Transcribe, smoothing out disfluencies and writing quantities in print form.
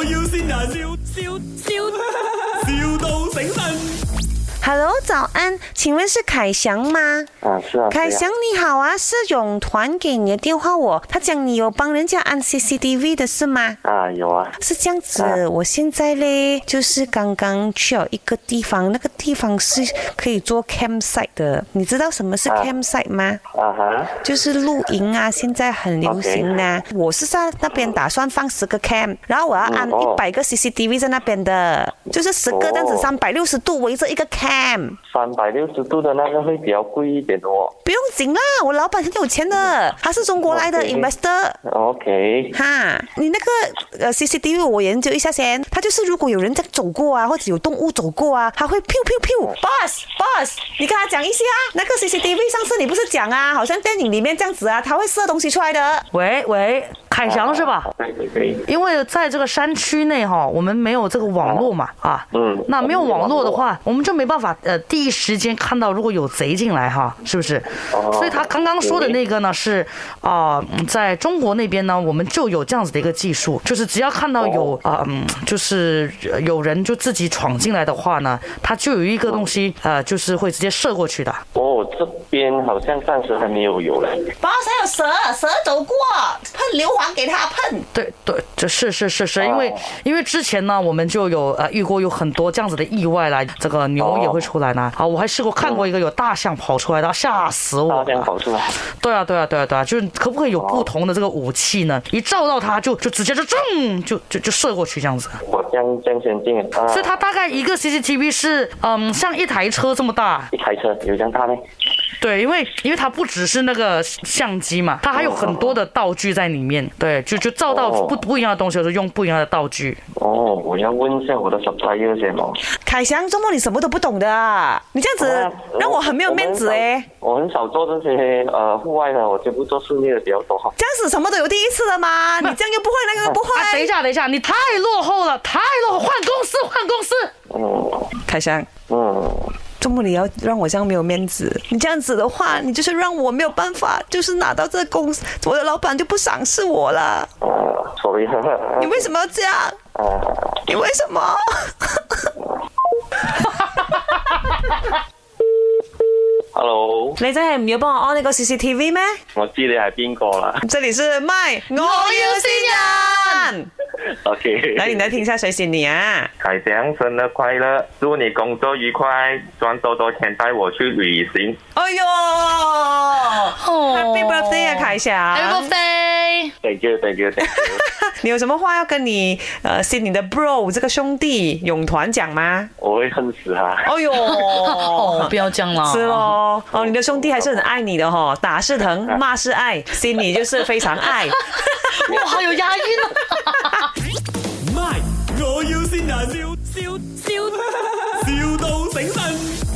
要先人，笑到醒神。 Hello， 早安，请问是凯翔吗？ 是啊。 凯翔你好啊，是永团给你的电话他讲你有帮人家按 CCTV 的是吗？ 有啊。 是这样子，我现在嘞就是刚刚去了一个地方，那个地方是可以做 campsite 的，你知道什么是 campsite 吗？就是露营啊，现在很流行的。我是在那边打算放10个 camp， 然后我要按100个 CCTV 在那边的，就是10个这样子360度围着一个 camp。 360度的那个会比较贵一点哦。 不用紧啦，我老板很有钱的，他是中国来的 investor。OK。你那个CCTV 我研究一下先，他就是如果有人在走过啊，或者有动物走过啊，他会 pew pew pew。Boss， 你跟他讲一下，那个 CCTV 上次你不是讲啊，好像电影里面这样子啊，他会射东西出来的。 喂，凯翔是吧？ 对。 因为在这个山区内我们没有这个网络嘛那没有网络的话，我们就没办法第一时间看到如果有贼进来是不是？所以他刚刚说的那个呢是在中国那边呢，我们就有这样子的一个技术，就是只要看到有就是有人就自己闯进来的话呢，他就有一个东西就是会直接射过去的。 这边好像暂时还没有嘞。 Boss，还有蛇走过，喷硫磺给他喷。 对，这是，因为之前呢，我们就有遇过有很多这样子的意外来，这个牛也会出来呢。我还试过看过一个有大象跑出来的，吓死我了。 大象跑出来。 对啊，就是可不可以有不同的这个武器呢？一照到它就直接就射过去这样子。 这样先进所以它大概一个 CCTV 是像一台车这么大。 一台车有这样大呢？ 对，因为它不只是那个相机嘛，它还有很多的道具在里面。对，就照到不一样的东西，就用不一样的道具。 我要问一下我的 supplier 先凯翔，周末你什么都不懂的啊，你这样子让我很没有面子我很少做这些户外的，我全部做室内的比较多。这样子什么都有第一次了吗？你这样又不会，那个又不会。 等一下，你太落后了，换公司。 凯翔。周末你要让我这样没有面子，你这样子的话，你就是让我没有办法，就是拿到这个公司，我的老板就不赏识我了。 sorry。 你为什么要这样？你为什么 ？Hello， 你真係唔要幫我安呢個 CCTV 咩？ 我知你係邊個啦。 這裡是麥，我要先人。 OK， 來，你來聽一下誰是你啊？ 凱翔生日快樂，祝你工作愉快，賺多多錢帶我去旅行。 哎呦，Happy birthday 啊，凱翔 ！Happy birthday！Thank you。 你有什麼話要跟你是你的 bro 這個兄弟永團講嗎？ 我會恨死他。 哎呦， 不要這樣啦。 是咯，你的兄弟還是很愛你的打是疼，罵是愛，心裡就是非常愛。 哇，好有押韻啊！ 麥，我要先人，笑到醒神。